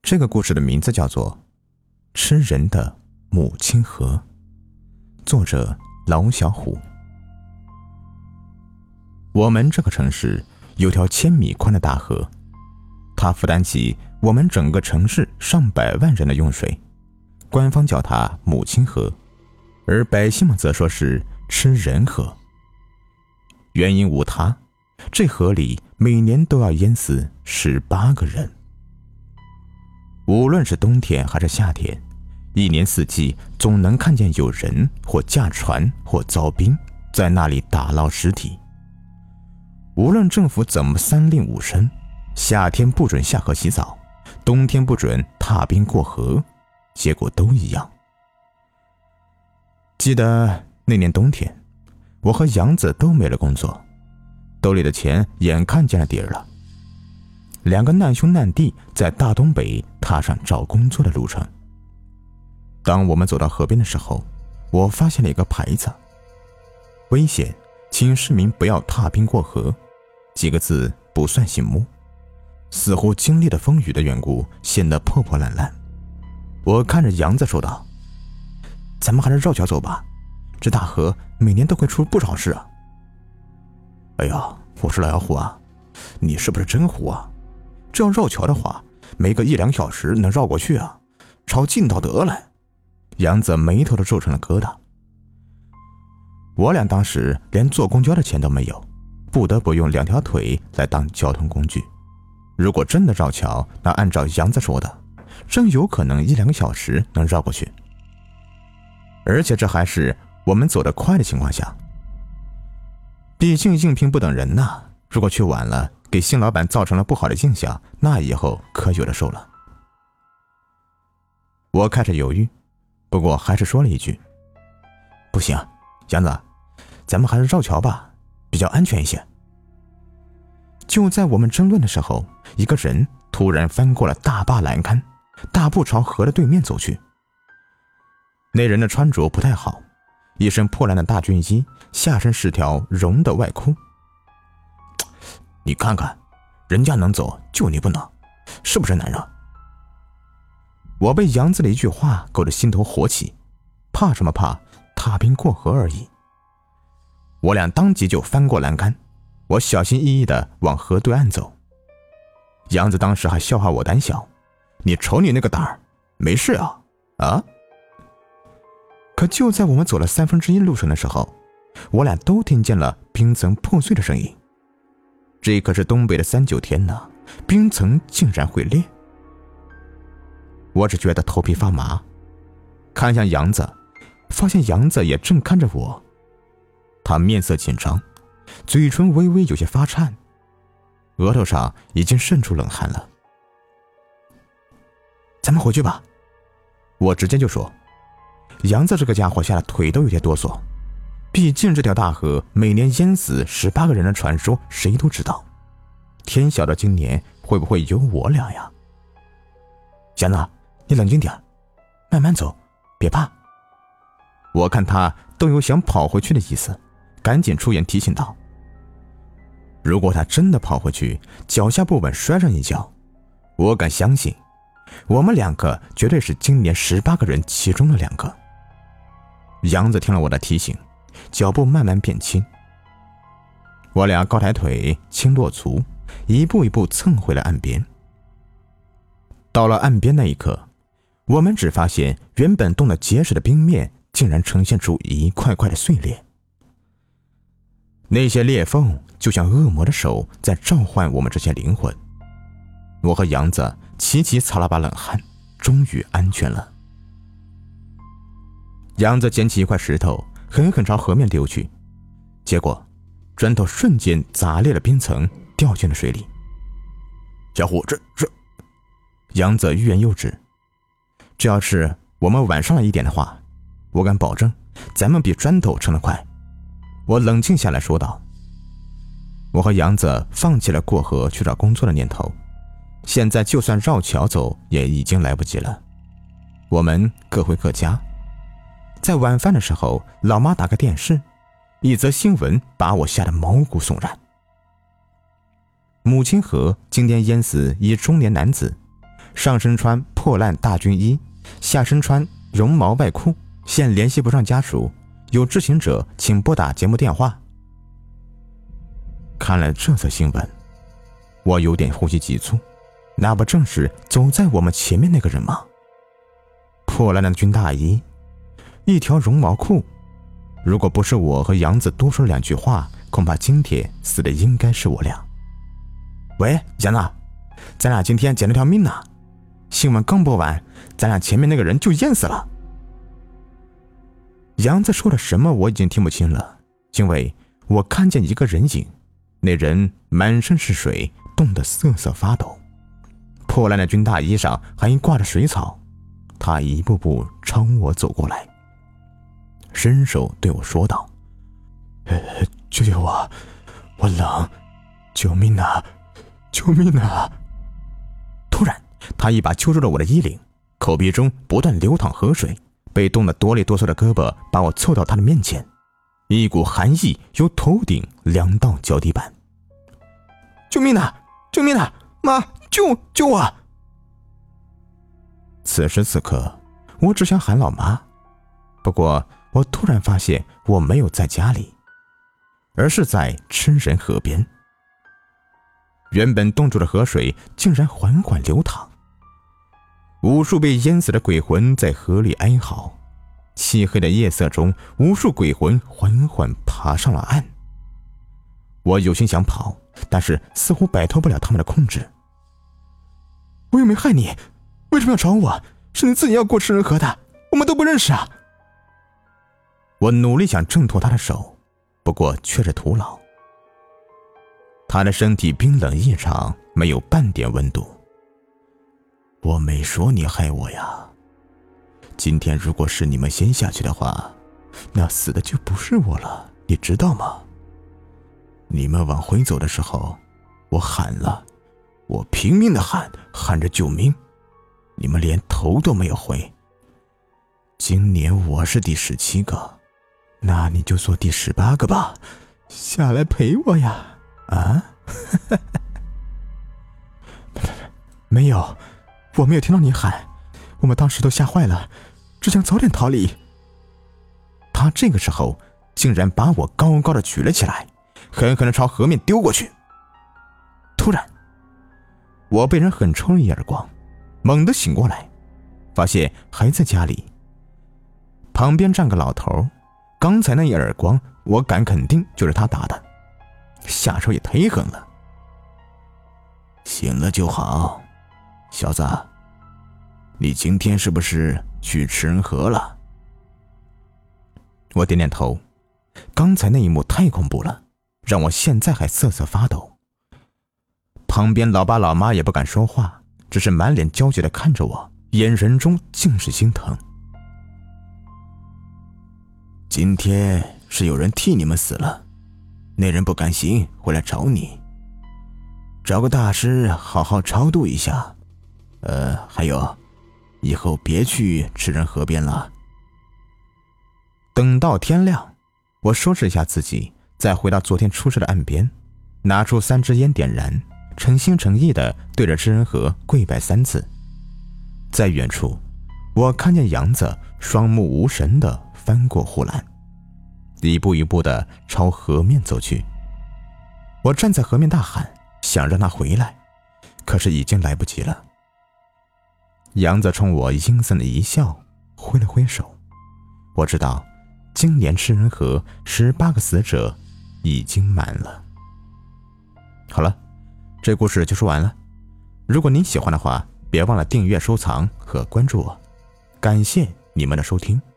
这个故事的名字叫做《吃人的母亲河》，作者老小虎。我们这个城市有条1000米宽的大河，它负担起我们整个城市上百万人的用水，官方叫它母亲河，而百姓们则说是吃人河。原因无他，这河里每年都要淹死18个人。无论是冬天还是夏天，一年四季总能看见有人或驾船或遭兵在那里打捞尸体。无论政府怎么三令五申，夏天不准下河洗澡，冬天不准踏冰过河，结果都一样。记得那年冬天，我和杨子都没了工作，兜里的钱眼看见了底儿了。2个难兄难弟在大东北踏上找工作的路程。当我们走到河边的时候，我发现了一个牌子：危险，请市民不要踏冰过河，几个字不算醒目，似乎经历了风雨的缘故，显得破破烂烂。我看着杨子说道：咱们还是绕桥走吧，这大河每年都会出不少事啊。哎呀，我说老小虎啊，你是不是真虎啊？这要绕桥的话，没个1-2小时能绕过去啊，抄近道得了。杨子眉头都皱成了疙瘩。我俩当时连坐公交的钱都没有，不得不用2条腿来当交通工具。如果真的绕桥，那按照杨子说的，真有可能1-2个小时能绕过去。而且这还是我们走得快的情况下。毕竟应聘不等人呐，如果去晚了，给新老板造成了不好的印象，那以后可有的受了。我开始犹豫，不过还是说了一句：不行，杨子，咱们还是绕桥吧，比较安全一些。就在我们争论的时候，一个人突然翻过了大坝栏杆，大步朝河的对面走去。那人的穿着不太好，一身破烂的大军衣，下身是条绒的外裤。你看看，人家能走，就你不能，是不是男人？我被杨子的一句话勾得心头火起，怕什么怕，踏冰过河而已。我俩当即就翻过栏杆，我小心翼翼地往河对岸走。杨子当时还笑话我胆小，你瞅你那个胆儿，没事啊？啊？可就在我们走了1/3路程的时候，我俩都听见了冰层破碎的声音。这可是东北的39天呢，冰层竟然会裂。我只觉得头皮发麻，看向杨子，发现杨子也正看着我。他面色紧张，嘴唇微微有些发颤，额头上已经渗出冷汗了。咱们回去吧，我直接就说。杨子这个家伙吓得腿都有些哆嗦，毕竟这条大河每年淹死18个人的传说谁都知道，天晓得今年会不会有我俩呀？杨子，你冷静点，慢慢走，别怕。我看他都有想跑回去的意思，赶紧出言提醒道：如果他真的跑回去，脚下不稳摔上一跤，我敢相信我们2个绝对是今年18个人其中的2个。杨子听了我的提醒，脚步慢慢变轻。我俩高抬腿，轻落足，一步一步蹭回了岸边。到了岸边那一刻，我们只发现原本冻得结实的冰面竟然呈现出一块块的碎裂。那些裂缝就像恶魔的手在召唤我们这些灵魂。我和杨子齐齐擦了把冷汗，终于安全了。杨子捡起一块石头，狠狠朝河面丢去，结果砖头瞬间砸裂了冰层，掉进了水里。小虎，这……杨子欲言又止。这要是我们晚上了一点的话，我敢保证咱们比砖头撑得快。我冷静下来说道。我和杨子放弃了过河去找工作的念头，现在就算绕桥走也已经来不及了。我们各回各家。在晚饭的时候，老妈打开电视，一则新闻把我吓得毛骨悚然。母亲河今天淹死一中年男子， 上身穿破烂大军衣，下身穿绒毛外裤，现联系不上家属，有知情者请拨打节目电话。看了这则新闻，我有点呼吸急促，那不正是走在我们前面那个人吗？破烂的军大衣，一条绒毛裤，如果不是我和杨子多说了2句话，恐怕今天死的应该是我俩。喂，杨子，咱俩今天捡了条命呢，新闻刚播完，咱俩前面那个人就淹死了。杨子说了什么我已经听不清了，因为我看见一个人影，那人满身是水，冻得瑟瑟发抖，破烂的军大衣上还挂着水草。他一步步朝我走过来，伸手对我说道：救救我，我冷，救命啊，救命啊！突然他一把揪住了我的衣领，口鼻中不断流淌河水，被冻得哆里哆嗦的胳膊把我凑到他的面前，一股寒意由头顶凉到脚底板。救命啊，救命啊，妈，救我！此时此刻我只想喊老妈，不过我突然发现我没有在家里，而是在吃人河边。原本冻住的河水竟然缓缓流淌，无数被淹死的鬼魂在河里哀嚎，漆黑的夜色中，无数鬼魂缓缓爬上了岸。我有心想跑，但是似乎摆脱不了他们的控制。我又没害你，为什么要找我？是你自己要过吃人河的，我们都不认识啊！我努力想挣脱他的手，不过却是徒劳。他的身体冰冷异常，没有半点温度。我没说你害我呀，今天如果是你们先下去的话，那死的就不是我了，你知道吗？你们往回走的时候，我喊了，我拼命的喊着救命，你们连头都没有回。今年我是第17个，那你就做第18个吧，下来陪我呀！啊？没有，我没有听到你喊，我们当时都吓坏了，只想早点逃离。他这个时候竟然把我高高的举了起来，狠狠地朝河面丢过去。突然我被人狠抽了一耳光，猛地醒过来，发现还在家里。旁边站个老头，刚才那一耳光我敢肯定就是他打的，下手也忒狠了。醒了就好，小子，你今天是不是去吃人河了？我点点头，刚才那一幕太恐怖了，让我现在还瑟瑟发抖。旁边老爸老妈也不敢说话，只是满脸焦急地看着我，眼神中尽是心疼。今天是有人替你们死了，那人不甘心回来找你，找个大师好好超度一下。还有，以后别去吃人河边了。等到天亮，我收拾一下自己，再回到昨天出事的岸边，拿出3支烟点燃，诚心诚意地对着吃人河跪拜3次。在远处，我看见杨子双目无神地翻过护栏，一步一步地朝河面走去。我站在河面大喊，想让他回来，可是已经来不及了。杨子冲我阴森的一笑，挥了挥手。我知道今年吃人河18个死者已经满了。好了，这故事就说完了。如果您喜欢的话，别忘了订阅、收藏和关注我。感谢你们的收听。